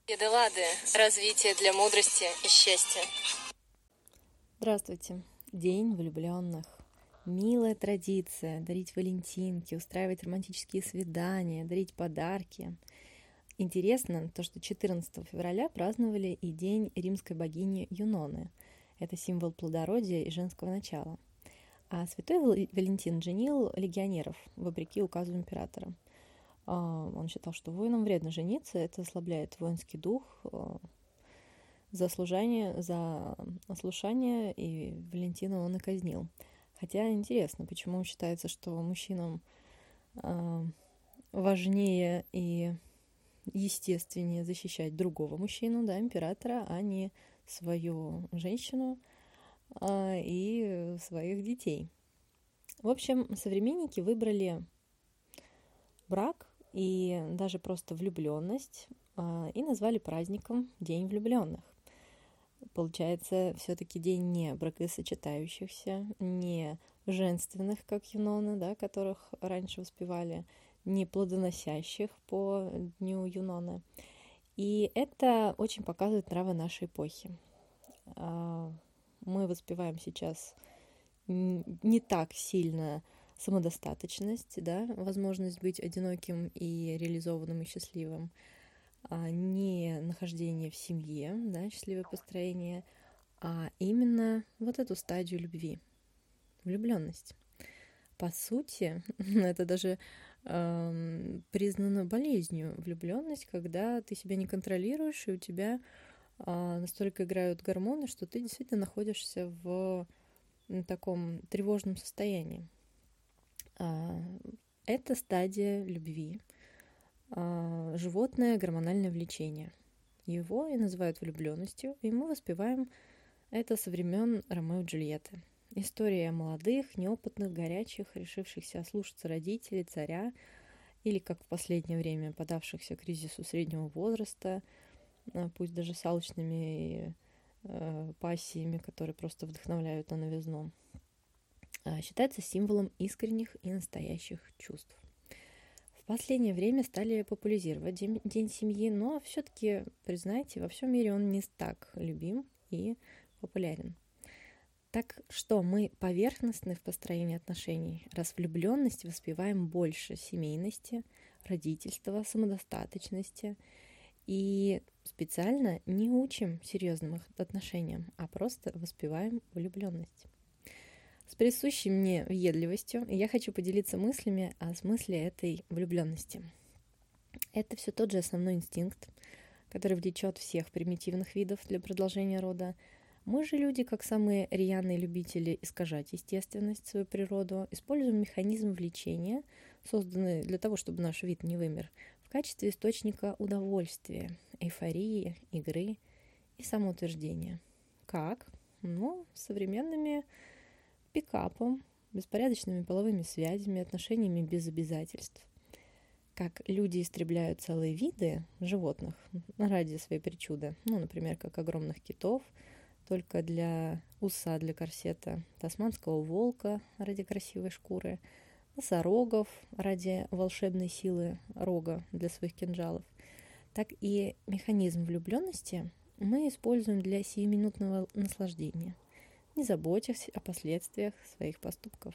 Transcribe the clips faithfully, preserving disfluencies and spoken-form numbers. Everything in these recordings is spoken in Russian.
Еделады. Развитие для мудрости и счастья. Здравствуйте. День влюбленных. Милая традиция дарить валентинки, устраивать романтические свидания, дарить подарки. Интересно то, что четырнадцатого февраля праздновали и день римской богини Юноны. Это символ плодородия и женского начала. А святой Валентин женил легионеров, вопреки указу императора. Он считал, что воинам вредно жениться, это ослабляет воинский дух, за служение, за ослушание, и Валентина он и казнил. Хотя интересно, почему считается, что мужчинам важнее и естественнее защищать другого мужчину, да, императора, а не свою женщину и своих детей. В общем, современники выбрали брак и даже просто влюбленность и назвали праздником День влюбленных. Получается, все-таки день не бракосочетающихся, не женственных, как Юнона, да, которых раньше воспевали, не плодоносящих по дню Юноны. И это очень показывает нравы нашей эпохи. Мы воспеваем сейчас не так сильно самодостаточность, да, возможность быть одиноким и реализованным и счастливым, не нахождение в семье, да, счастливое построение, а именно вот эту стадию любви, влюбленность. По сути, это даже э, признано болезнью влюбленность, когда ты себя не контролируешь, и у тебя э, настолько играют гормоны, что ты действительно находишься в таком тревожном состоянии. Э, это стадия любви. Животное гормональное влечение. Его и называют влюбленностью, и мы воспеваем это со времен Ромео и Джульетты. История молодых, неопытных, горячих, решившихся ослушаться родителей, царя, или, как в последнее время, подавшихся к кризису среднего возраста, пусть даже с алчными э, пассиями, которые просто вдохновляют на новизну, считается символом искренних и настоящих чувств. В последнее время стали популяризировать день, день семьи, но все-таки, признайте, во всем мире он не так любим и популярен. Так что мы поверхностны в построении отношений, раз влюбленность воспеваем больше семейности, родительства, самодостаточности и специально не учим серьезным отношениям, а просто воспеваем влюбленность. С присущей мне въедливостью я хочу поделиться мыслями о смысле этой влюбленности. Это все тот же основной инстинкт, который влечет всех примитивных видов для продолжения рода. Мы же люди, как самые рьяные любители искажать естественность, свою природу, используем механизм влечения, созданный для того, чтобы наш вид не вымер, в качестве источника удовольствия, эйфории, игры и самоутверждения. Как? Ну, современными пикапом, беспорядочными половыми связями, отношениями без обязательств. Как люди истребляют целые виды животных ради своей причуды. Ну, например, как огромных китов, только для уса, для корсета, тасманского волка ради красивой шкуры, носорогов ради волшебной силы рога для своих кинжалов. Так и механизм влюбленности мы используем для сиюминутного наслаждения, не заботясь о последствиях своих поступков.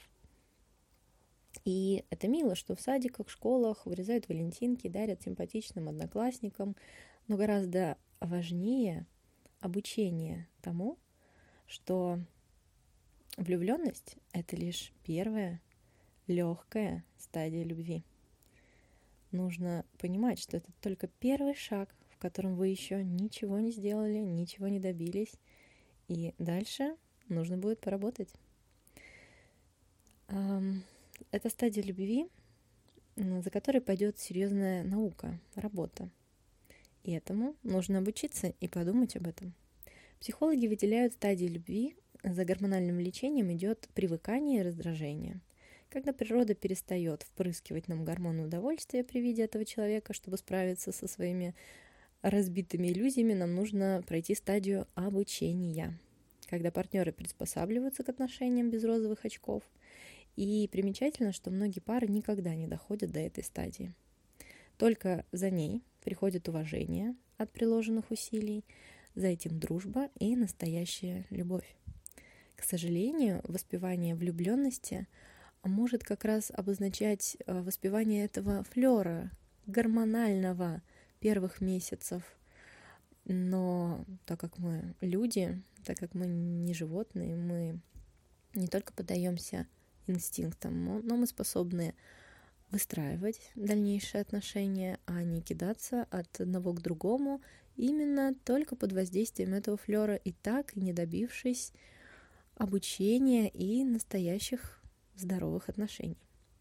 И это мило, что в садиках, школах вырезают валентинки, дарят симпатичным одноклассникам, но гораздо важнее обучение тому, что влюбленность — это лишь первая легкая стадия любви. Нужно понимать, что это только первый шаг, в котором вы еще ничего не сделали, ничего не добились, и дальше нужно будет поработать. Это стадия любви, за которой пойдет серьезная наука, работа. И этому нужно обучиться и подумать об этом. Психологи выделяют стадии любви. За гормональным лечением идет привыкание и раздражение. Когда природа перестает впрыскивать нам гормоны удовольствия при виде этого человека, чтобы справиться со своими разбитыми иллюзиями, нам нужно пройти стадию обучения, когда партнеры приспосабливаются к отношениям без розовых очков. И примечательно, что многие пары никогда не доходят до этой стадии. Только за ней приходит уважение от приложенных усилий, за этим дружба и настоящая любовь. К сожалению, воспевание влюбленности может как раз обозначать воспевание этого флера гормонального первых месяцев. Но так как мы люди, так как мы не животные, мы не только поддаемся инстинктам, но мы способны выстраивать дальнейшие отношения, а не кидаться от одного к другому именно только под воздействием этого флера и так и не добившись обучения и настоящих здоровых отношений.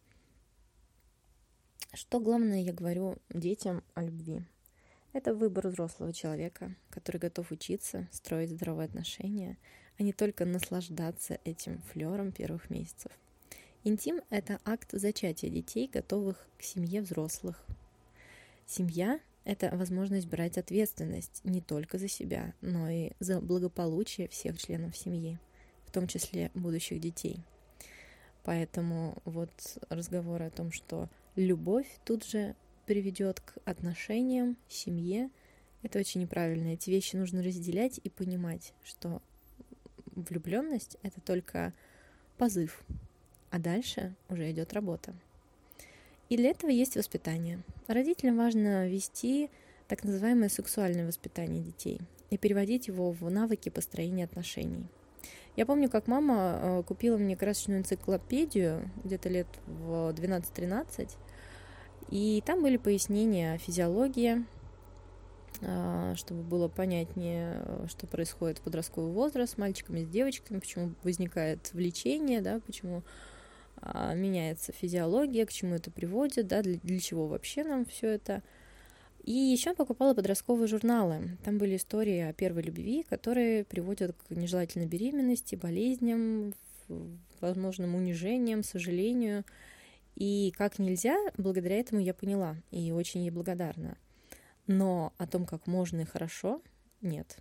Что главное я говорю детям о любви? Это выбор взрослого человека, который готов учиться, строить здоровые отношения, а не только наслаждаться этим флером первых месяцев. Интим — это акт зачатия детей, готовых к семье взрослых. Семья — это возможность брать ответственность не только за себя, но и за благополучие всех членов семьи, в том числе будущих детей. Поэтому вот разговор о том, что любовь тут же приведет к отношениям, семье, это очень неправильно. Эти вещи нужно разделять и понимать, что влюбленность — это только позыв, а дальше уже идет работа. И для этого есть воспитание. Родителям важно вести так называемое сексуальное воспитание детей и переводить его в навыки построения отношений. Я помню, как мама купила мне красочную энциклопедию где-то лет в двенадцать-тринадцать, и там были пояснения о физиологии, чтобы было понятнее, что происходит в подростковый возраст с мальчиками, с девочками, почему возникает влечение, да, почему а, меняется физиология, к чему это приводит, да, для, для чего вообще нам все это. И еще покупала подростковые журналы. Там были истории о первой любви, которые приводят к нежелательной беременности, болезням, возможным унижениям, сожалению. И как нельзя, благодаря этому я поняла и очень ей благодарна. Но о том, как можно и хорошо, нет.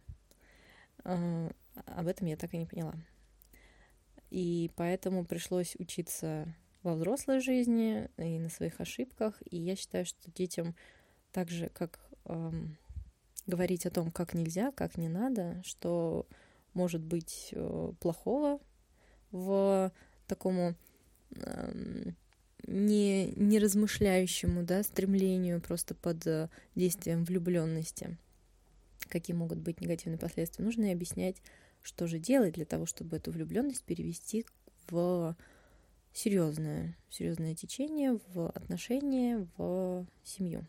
Об этом я так и не поняла. И поэтому пришлось учиться во взрослой жизни и на своих ошибках. И я считаю, что детям так же, как эм, говорить о том, как нельзя, как не надо, что может быть э, плохого в такому эм, не, не размышляющему, да, стремлению просто под э, действием влюбленности, какие могут быть негативные последствия, нужно и объяснять, что же делать для того, чтобы эту влюбленность перевести в серьезное, серьезное течение, в отношения, в семью.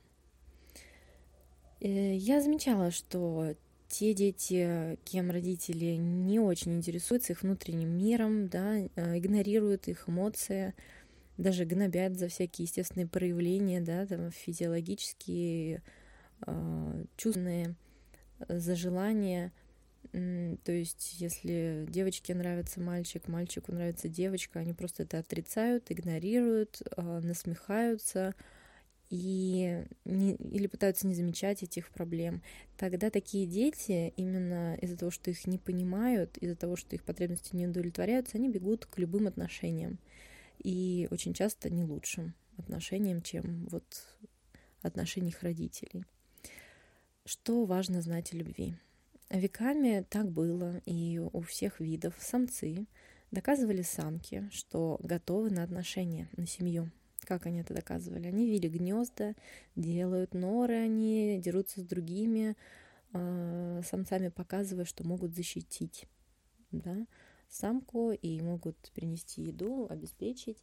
Я замечала, что те дети, кем родители не очень интересуются их внутренним миром, да, игнорируют их эмоции, даже гнобят за всякие естественные проявления, да, там, физиологические, э, чувственные, за желания. То есть, если девочке нравится мальчик, мальчику нравится девочка, они просто это отрицают, игнорируют, э, насмехаются и не, или пытаются не замечать этих проблем. Тогда такие дети, именно из-за того, что их не понимают, из-за того, что их потребности не удовлетворяются, они бегут к любым отношениям. И очень часто не лучшим отношениям, чем вот отношения их родителей. Что важно знать о любви? Веками так было, и у всех видов самцы доказывали самке, что готовы на отношения, на семью. Как они это доказывали? Они вили гнезда, делают норы, они дерутся с другими э, самцами, показывая, что могут защитить, да, самку и могут принести еду, обеспечить.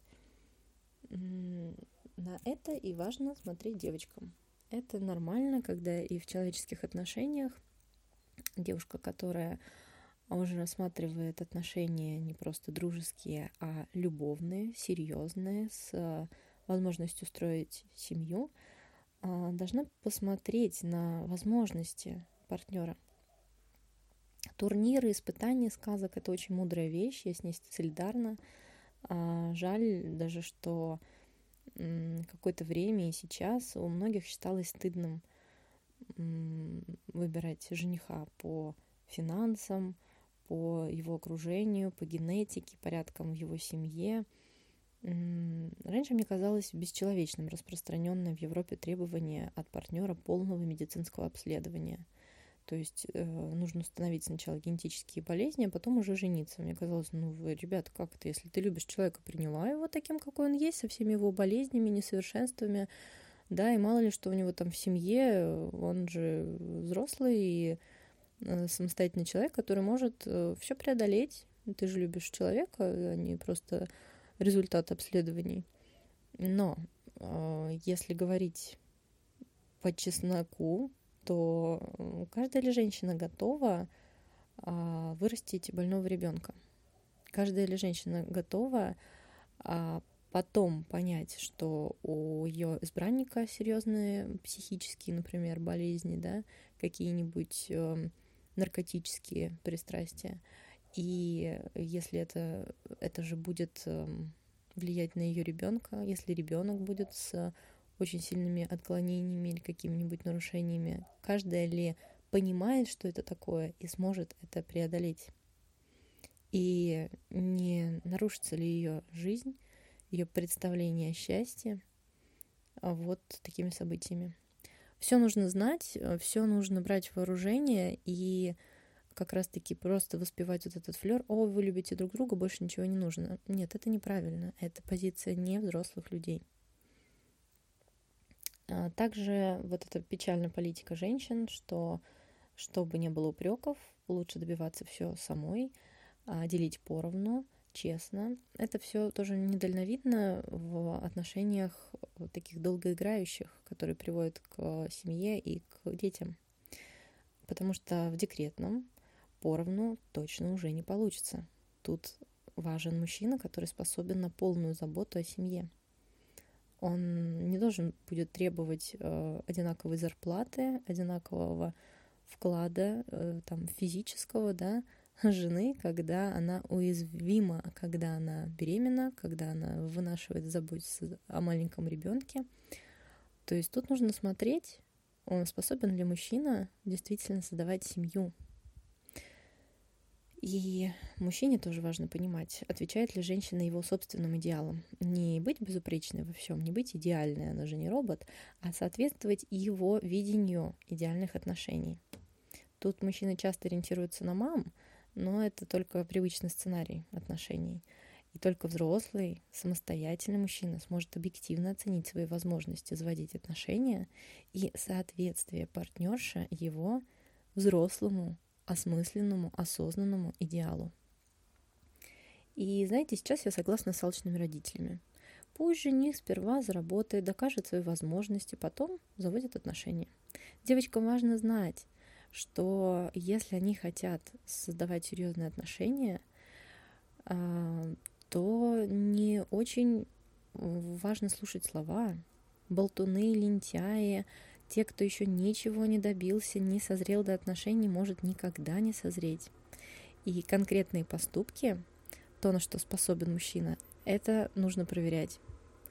На это и важно смотреть девочкам. Это нормально, когда и в человеческих отношениях девушка, которая уже рассматривает отношения не просто дружеские, а любовные, серьезные, с возможностью строить семью, должна посмотреть на возможности партнера. Турниры, испытания сказок — это очень мудрая вещь, я с ней солидарна. Жаль даже, что какое-то время и сейчас у многих считалось стыдным выбирать жениха по финансам, по его окружению, по генетике, порядкам в его семье. Раньше мне казалось бесчеловечным распространенное в Европе требование от партнера полного медицинского обследования. То есть э, нужно установить сначала генетические болезни, а потом уже жениться. Мне казалось, ну вы, ребята, как это, если ты любишь человека, принимай его таким, какой он есть, со всеми его болезнями, несовершенствами, да, и мало ли, что у него там в семье, он же взрослый и э, самостоятельный человек, который может э, все преодолеть. Ты же любишь человека, а не просто результат обследований. Но э, если говорить по чесноку, то каждая ли женщина готова э, вырастить больного ребенка? Каждая ли женщина готова э, потом понять, что у ее избранника серьезные психические, например, болезни, да, какие-нибудь э, наркотические пристрастия? И если это, это же будет влиять на ее ребенка, если ребенок будет с очень сильными отклонениями или какими-нибудь нарушениями, каждая ли понимает, что это такое, и сможет это преодолеть? И не нарушится ли ее жизнь, ее представление о счастье вот такими событиями? Все нужно знать, все нужно брать в вооружение и как раз-таки просто воспевать вот этот флёр: «О, вы любите друг друга, больше ничего не нужно». Нет, это неправильно. Это позиция не взрослых людей. Также вот эта печальная политика женщин, что чтобы не было упреков, лучше добиваться все самой, делить поровну, честно. Это все тоже недальновидно в отношениях таких долгоиграющих, которые приводят к семье и к детям. Потому что в декретном поровну точно уже не получится. Тут важен мужчина, который способен на полную заботу о семье. Он не должен будет требовать э, одинаковой зарплаты, одинакового вклада э, там, физического, да, жены, когда она уязвима, когда она беременна, когда она вынашивает, заботится о маленьком ребенке. То есть тут нужно смотреть, он способен ли мужчина действительно создавать семью. И мужчине тоже важно понимать, отвечает ли женщина его собственным идеалам. Не быть безупречной во всем, не быть идеальной, она же не робот, а соответствовать его видению идеальных отношений. Тут мужчины часто ориентируются на мам, но это только привычный сценарий отношений. И только взрослый, самостоятельный мужчина сможет объективно оценить свои возможности заводить отношения и соответствие партнерши его взрослому, осмысленному, осознанному идеалу. И знаете, сейчас я согласна с алчными родителями. Пусть жених сперва заработает, докажет свои возможности, потом заводит отношения. Девочкам важно знать, что если они хотят создавать серьезные отношения, то не очень важно слушать слова. Болтуны, лентяи, те, кто еще ничего не добился, не созрел до отношений, может никогда не созреть. И конкретные поступки, то, на что способен мужчина, это нужно проверять.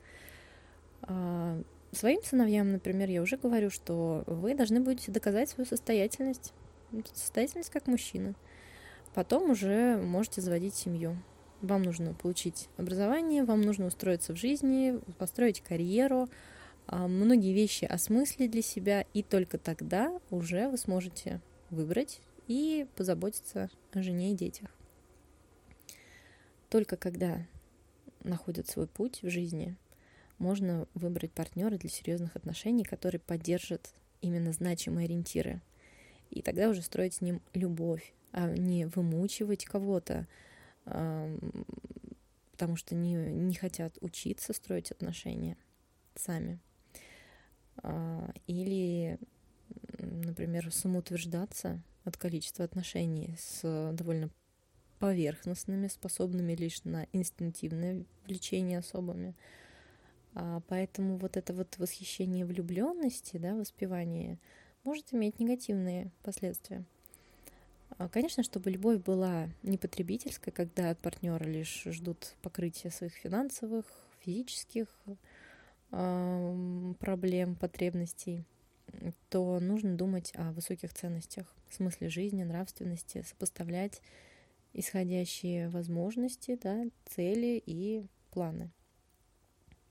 Своим сыновьям, например, я уже говорю, что вы должны будете доказать свою состоятельность. Состоятельность как мужчина. Потом уже можете заводить семью. Вам нужно получить образование, вам нужно устроиться в жизни, построить карьеру, многие вещи осмыслить для себя, и только тогда уже вы сможете выбрать и позаботиться о жене и детях. Только когда находят свой путь в жизни, можно выбрать партнера для серьезных отношений, который поддержит именно значимые ориентиры. И тогда уже строить с ним любовь, а не вымучивать кого-то, потому что не, не хотят учиться строить отношения сами. Или, например, самоутверждаться от количества отношений с довольно поверхностными, способными лишь на инстинктивное влечение особыми. Поэтому вот это вот восхищение влюбленности, да, воспевание, может иметь негативные последствия. Конечно, чтобы любовь была не потребительской, когда от партнера лишь ждут покрытия своих финансовых, физических э, проблем, потребностей, то нужно думать о высоких ценностях, смысле жизни, нравственности, сопоставлять исходящие возможности, да, цели и планы.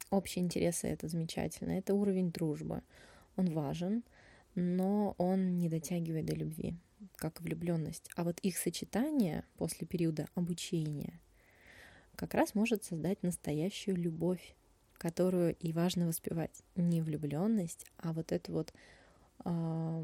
Общие интересы — это замечательно, это уровень дружбы. Он важен, но он не дотягивает до любви, как и влюбленность. А вот их сочетание после периода обучения как раз может создать настоящую любовь, которую и важно воспевать. Не влюбленность, а вот эту вот а,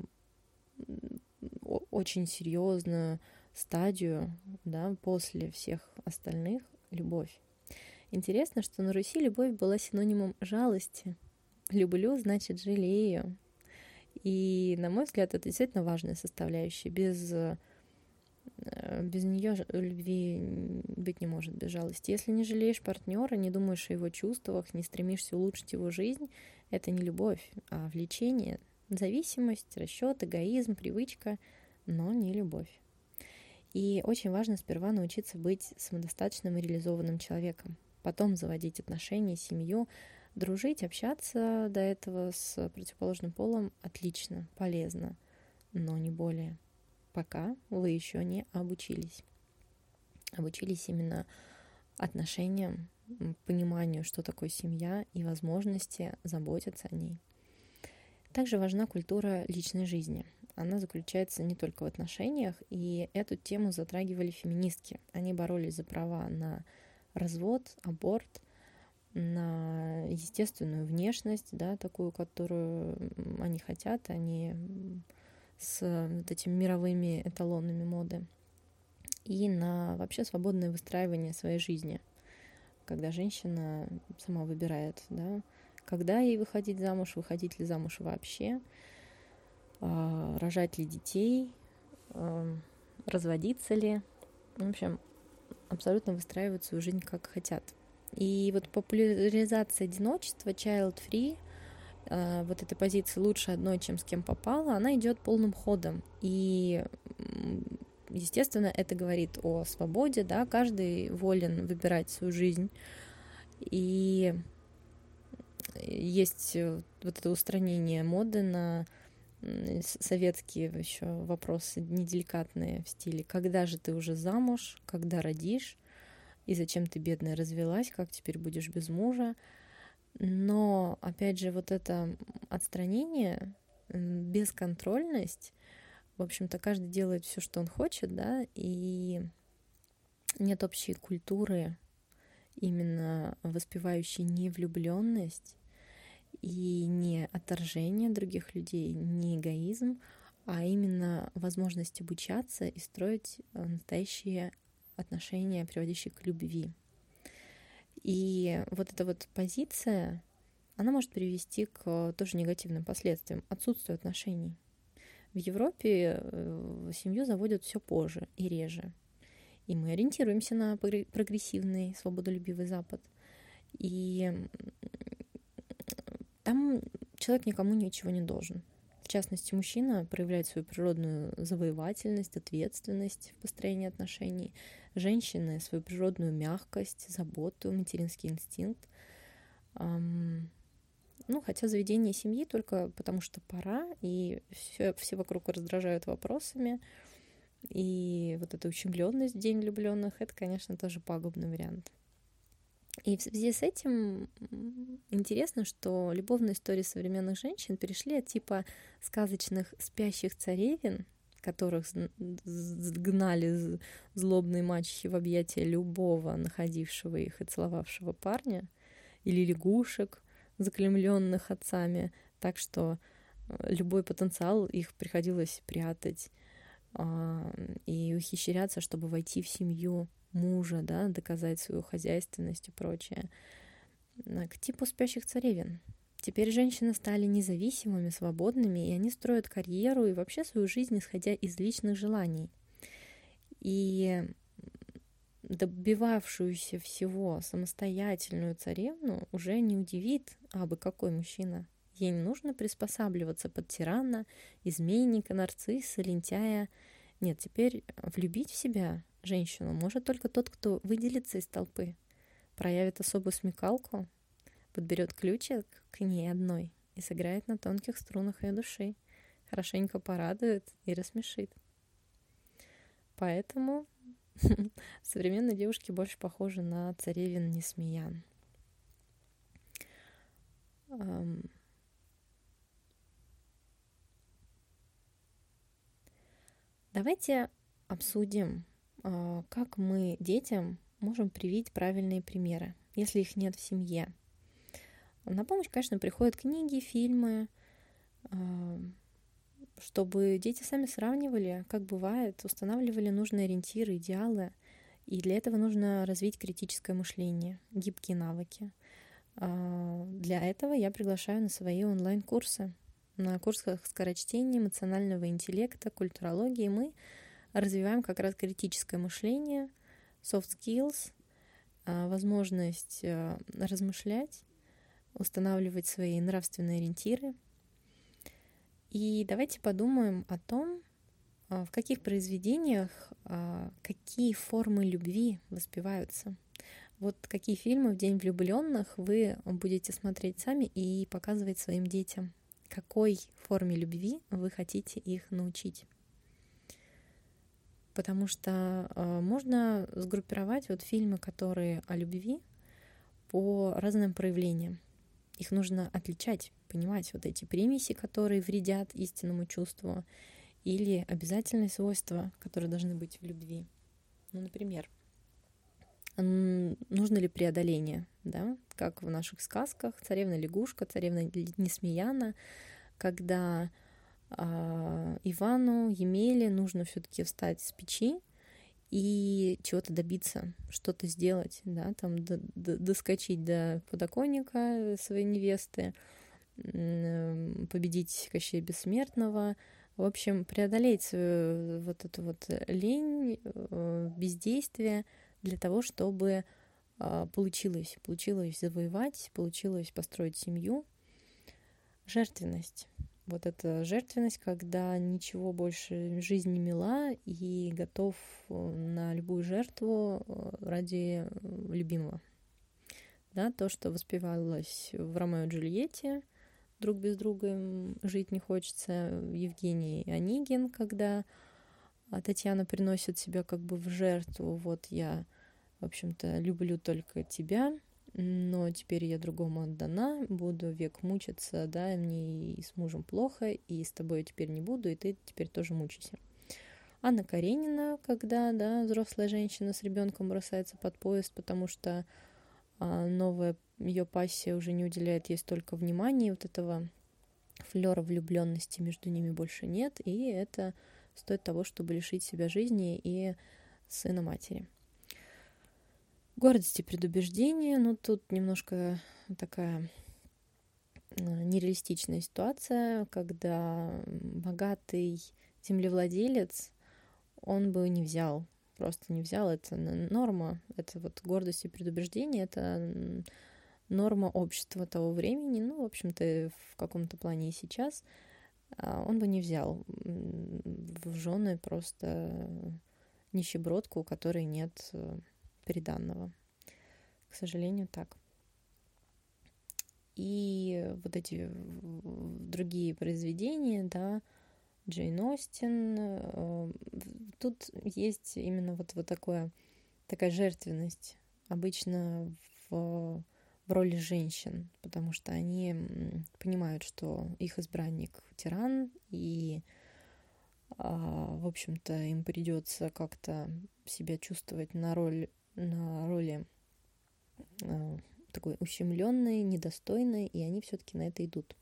очень серьезную стадию, да, после всех остальных — любовь. Интересно, что на Руси любовь была синонимом жалости. Люблю, значит, жалею. И, на мой взгляд, это действительно важная составляющая. Без, без нее любви быть не может, без жалости. Если не жалеешь партнера, не думаешь о его чувствах, не стремишься улучшить его жизнь, это не любовь, а влечение, зависимость, расчет, эгоизм, привычка, но не любовь. И очень важно сперва научиться быть самодостаточным и реализованным человеком, потом заводить отношения, семью, дружить, общаться до этого с противоположным полом отлично, полезно, но не более, пока вы еще не обучились. Обучились именно отношениям, пониманию, что такое семья, и возможности заботиться о ней. Также важна культура личной жизни. Она заключается не только в отношениях, и эту тему затрагивали феминистки. Они боролись за права на развод, аборт, на естественную внешность, да, такую, которую они хотят, они с вот этими мировыми эталонами моды, и на вообще свободное выстраивание своей жизни, когда женщина сама выбирает, да, когда ей выходить замуж, выходить ли замуж вообще, рожать ли детей, разводиться ли. В общем, абсолютно выстраивать свою жизнь как хотят. И вот популяризация одиночества, child-free, вот этой позиции «лучше одной, чем с кем попало», она идет полным ходом. И, естественно, это говорит о свободе, да, каждый волен выбирать свою жизнь. И есть вот это устранение моды на советские еще вопросы неделикатные в стиле «когда же ты уже замуж?», «когда родишь?», «и зачем ты, бедная, развелась?», «как теперь будешь без мужа?». Но, опять же, вот это отстранение, бесконтрольность, в общем-то, каждый делает все, что он хочет, да, и нет общей культуры, именно воспевающей невлюбленность и не отторжение других людей, не эгоизм, а именно возможность обучаться и строить настоящие отношения, приводящие к любви. И вот эта вот позиция, она может привести к тоже негативным последствиям, отсутствию отношений. В Европе семью заводят все позже и реже. И мы ориентируемся на прогрессивный, свободолюбивый Запад. И там человек никому ничего не должен. В частности, мужчина проявляет свою природную завоевательность, ответственность в построении отношений. Женщины — свою природную мягкость, заботу, материнский инстинкт. Эм, ну, хотя заведение семьи только потому, что пора, и все, все вокруг раздражают вопросами. И вот эта ущемленность в День влюбленных — это, конечно, тоже пагубный вариант. И в связи с этим интересно, что любовные истории современных женщин перешли от типа сказочных спящих царевин, которых сгнали злобные мачехи в объятия любого находившего их и целовавшего парня, или лягушек, заклемленных отцами, так что любой потенциал их приходилось прятать и ухищряться, чтобы войти в семью мужа, да, доказать свою хозяйственность и прочее, к типу спящих царевин. Теперь женщины стали независимыми, свободными, и они строят карьеру и вообще свою жизнь, исходя из личных желаний. И добивавшуюся всего самостоятельную царевну уже не удивит абы какой мужчина. Ей не нужно приспосабливаться под тирана, изменника, нарцисса, лентяя. Нет, теперь влюбить в себя женщину может только тот, кто выделится из толпы, проявит особую смекалку, подберет ключик к ней одной и сыграет на тонких струнах ее души, хорошенько порадует и рассмешит. Поэтому современные девушки больше похожи на царевин Несмеян. Давайте обсудим, как мы детям можем привить правильные примеры, если их нет в семье. На помощь, конечно, приходят книги, фильмы, чтобы дети сами сравнивали, как бывает, устанавливали нужные ориентиры, идеалы. И для этого нужно развить критическое мышление, гибкие навыки. Для этого я приглашаю на свои онлайн-курсы. На курсах скорочтения, эмоционального интеллекта, культурологии мы развиваем как раз критическое мышление, soft skills, возможность размышлять, устанавливать свои нравственные ориентиры. И давайте подумаем о том, в каких произведениях какие формы любви воспеваются. Вот какие фильмы в День влюбленных вы будете смотреть сами и показывать своим детям. Какой форме любви вы хотите их научить. Потому что можно сгруппировать вот фильмы, которые о любви, по разным проявлениям. Их нужно отличать, понимать вот эти примеси, которые вредят истинному чувству, или обязательные свойства, которые должны быть в любви. Ну, например, нужно ли преодоление, да, как в наших сказках «Царевна-лягушка», «Царевна Несмеяна», когда э, Ивану, Емеле нужно все-таки встать с печи и чего-то добиться, что-то сделать, да, там д- д- доскочить до подоконника своей невесты, э, победить Кощея Бессмертного, в общем, преодолеть свою вот эту вот лень, э, бездействие для того, чтобы э, получилось, получилось завоевать, получилось построить семью. Жертвенность. Вот эта жертвенность, когда ничего больше жизнь не мила и готов на любую жертву ради любимого. Да, то, что воспевалось в Ромео и Джульетте, друг без друга жить не хочется, Евгений Онегин, когда Татьяна приносит себя как бы в жертву, вот я, в общем-то, люблю только тебя, но теперь я другому отдана, буду век мучиться, да, и мне и с мужем плохо, и с тобой я теперь не буду, и ты теперь тоже мучайся. Анна Каренина, когда, да, взрослая женщина с ребенком бросается под поезд, потому что а, новая ее пассия уже не уделяет ей столько внимания, и вот этого флера влюбленности между ними больше нет, и это стоит того, чтобы лишить себя жизни и сына матери. Гордость и предубеждение, ну тут немножко такая нереалистичная ситуация, когда богатый землевладелец, он бы не взял, просто не взял, это норма, это вот гордость и предубеждение, это норма общества того времени, ну, в общем-то, в каком-то плане и сейчас, он бы не взял в жены просто нищебродку, у которой нет приданного. К сожалению, так. И вот эти другие произведения, да, Джейн Остин, тут есть именно вот, вот такое, такая жертвенность, обычно в, в роли женщин, потому что они понимают, что их избранник тиран, и, в общем-то, им придется как-то себя чувствовать на роль на роли э, такой ущемленной, недостойной, и они все-таки на это идут.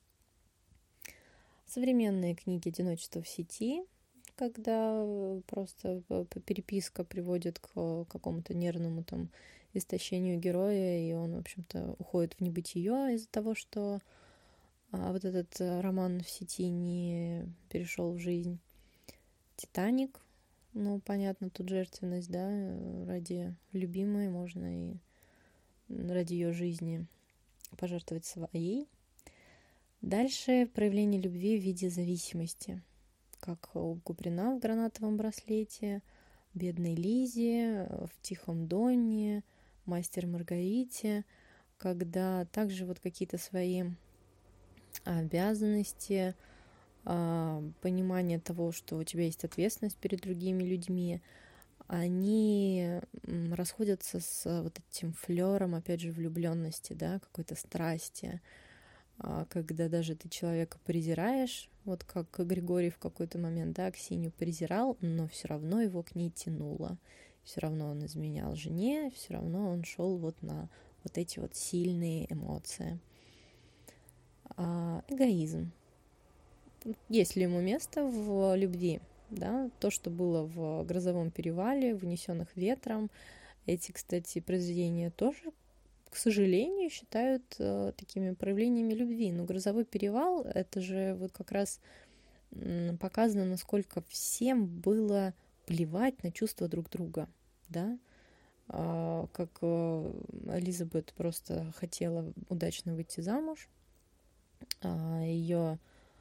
Современные книги «Одиночество в сети», когда просто переписка приводит к какому-то нервному там истощению героя, и он, в общем-то, уходит в небытие из-за того, что а, вот этот роман в сети не перешел в жизнь. «Титаник». Ну, понятно, тут жертвенность, да, ради любимой можно и ради ее жизни пожертвовать своей. Дальше проявление любви в виде зависимости, как у Куприна в «Гранатовом браслете», бедной Лизе, в «Тихом Доне», «Мастер Маргарите», когда также вот какие-то свои обязанности, понимание того, что у тебя есть ответственность перед другими людьми, они расходятся с вот этим флером, опять же, влюбленности, да, какой-то страсти. когда даже ты человека презираешь, вот как Григорий в какой-то момент, да, Ксению презирал, но все равно его к ней тянуло. Все равно он изменял жене, все равно он шел вот на вот эти вот сильные эмоции. А, эгоизм. Есть ли ему место в любви? Да? То, что было в «Грозовом перевале», в «Унесенных ветром». Эти, кстати, произведения тоже, к сожалению, считают э, такими проявлениями любви. Но «Грозовой перевал» — это же вот как раз м, показано, насколько всем было плевать на чувства друг друга, да? А, как э, Элизабет просто хотела удачно выйти замуж, а ее,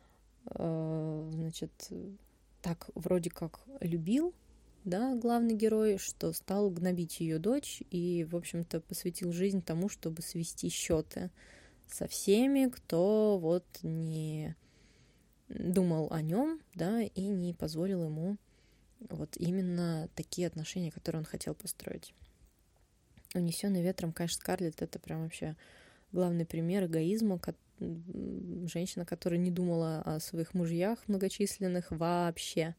э, значит, так вроде как любил, да, главный герой, что стал гнобить ее дочь и, в общем-то, посвятил жизнь тому, чтобы свести счеты со всеми, кто вот не думал о нем, да, и не позволил ему вот именно такие отношения, которые он хотел построить. «Унесённый ветром», конечно, Скарлетт — это прям вообще главный пример эгоизма, женщина, которая не думала о своих мужьях многочисленных вообще.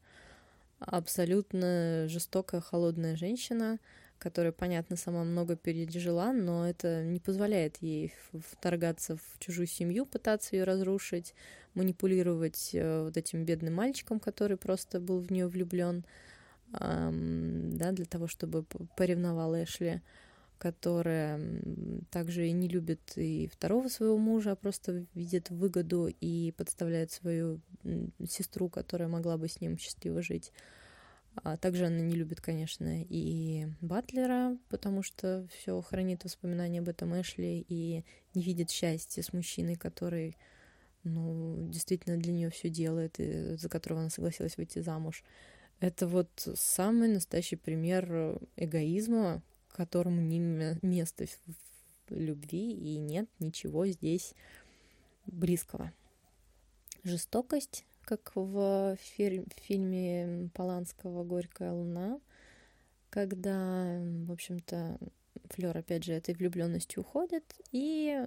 Абсолютно жестокая, холодная женщина, которая, понятно, сама много пережила, но это не позволяет ей вторгаться в чужую семью, пытаться ее разрушить, манипулировать вот этим бедным мальчиком, который просто был в нее влюблен, да, для того, чтобы поревновал Эшли, которая также и не любит и второго своего мужа, а просто видит выгоду и подставляет свою сестру, которая могла бы с ним счастливо жить. А также она не любит, конечно, и Батлера, потому что все хранит воспоминания об этом Эшли и не видит счастья с мужчиной, который, ну, действительно для нее все делает, и за которого она согласилась выйти замуж. Это вот самый настоящий пример эгоизма, которому не место в любви, и нет ничего здесь близкого. Жестокость, как в фи- фильме Поланского «Горькая луна», когда, в общем-то, Флёр, опять же, этой влюбленностью уходит, и,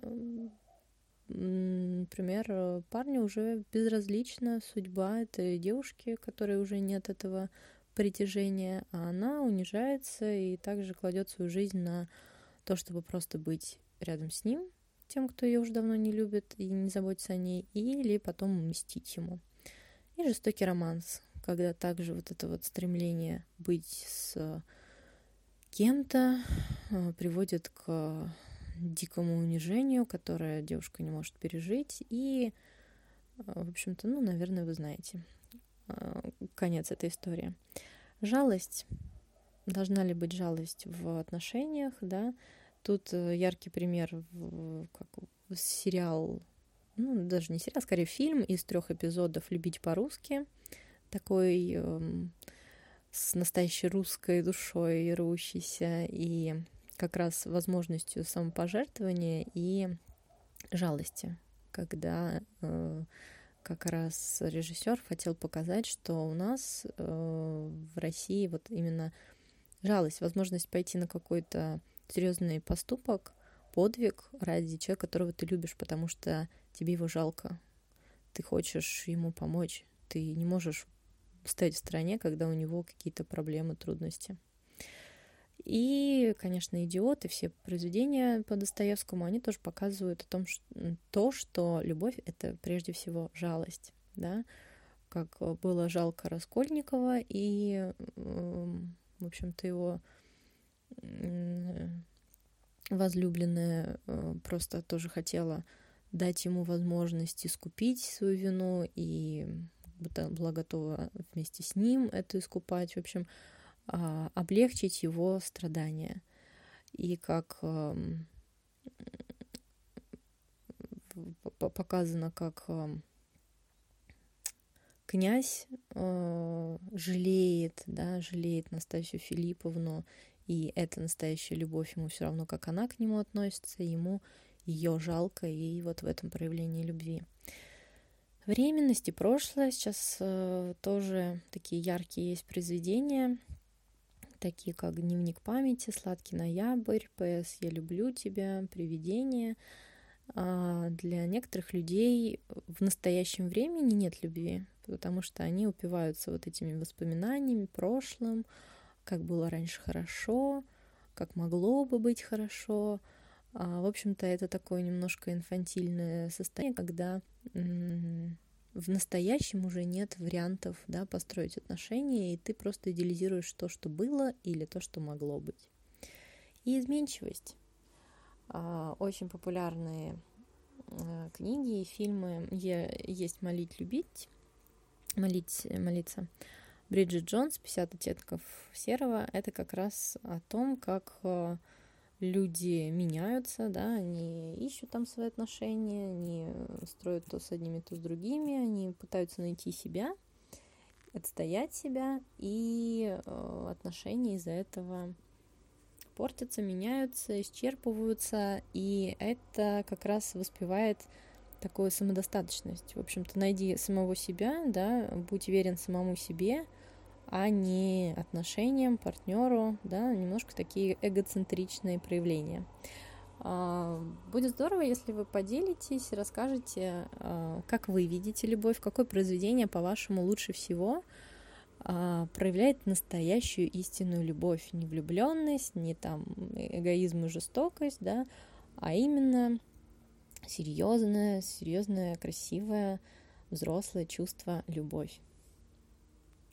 например, парню уже безразлична судьба этой девушки, которой уже нет этого притяжения, а она унижается и также кладет свою жизнь на то, чтобы просто быть рядом с ним, тем, кто ее уже давно не любит и не заботится о ней, или потом мстить ему. И жестокий романс, когда также вот это вот стремление быть с кем-то приводит к дикому унижению, которое девушка не может пережить, и, в общем-то, ну, наверное, вы знаете конец этой истории. Жалость. Должна ли быть жалость в отношениях, да? Тут яркий пример, как сериал, ну, даже не сериал, скорее фильм из трех эпизодов «Любить по-русски», такой э, с настоящей русской душой, рвущейся, и как раз возможностью самопожертвования и жалости, когда э, как раз режиссер хотел показать, что у нас э, в России вот именно жалость, возможность пойти на какой-то серьезный поступок, подвиг ради человека, которого ты любишь, потому что тебе его жалко. Ты хочешь ему помочь. Ты не можешь стоять в стороне, когда у него какие-то проблемы, трудности. И, конечно, «Идиот» и все произведения по Достоевскому, они тоже показывают о том, что, то, что любовь — это прежде всего жалость, да, как было жалко Раскольникова, и, в общем-то, его возлюбленная просто тоже хотела дать ему возможность искупить свою вину, и была готова вместе с ним это искупать, в общем, облегчить его страдания. И как показано, как князь жалеет, да, жалеет Настасью Филипповну, и эта настоящая любовь ему все равно, как она к нему относится, ему ее жалко, и вот в этом проявлении любви. Временность и прошлое. Сейчас э, тоже такие яркие есть произведения, такие как «Дневник памяти», «Сладкий ноябрь», «ПС. Я люблю тебя», «Привидение». А для некоторых людей в настоящем времени нет любви, потому что они упиваются вот этими воспоминаниями, прошлым, как было раньше хорошо, как могло бы быть хорошо. А, в общем-то, это такое немножко инфантильное состояние, когда м- в настоящем уже нет вариантов, да, построить отношения, и ты просто идеализируешь то, что было, или то, что могло быть. И изменчивость. А, очень популярные а, книги и фильмы есть «Молить, любить», молить, молиться. Бриджит Джонс, пятьдесят оттенков серого, это как раз о том, как люди меняются, да, они ищут там свои отношения, они строят то с одними, то с другими, они пытаются найти себя, отстоять себя, и э, отношения из-за этого портятся, меняются, исчерпываются, и это как раз воспевает такую самодостаточность. В общем-то, найди самого себя, да, будь верен самому себе, а не отношениям, партнеру, да, немножко такие эгоцентричные проявления. Будет здорово, если вы поделитесь, расскажете, как вы видите любовь, какое произведение, по-вашему, лучше всего проявляет настоящую истинную любовь, не влюбленность, не там эгоизм и жестокость, да, а именно серьезное, серьезное, красивое, взрослое чувство, любовь.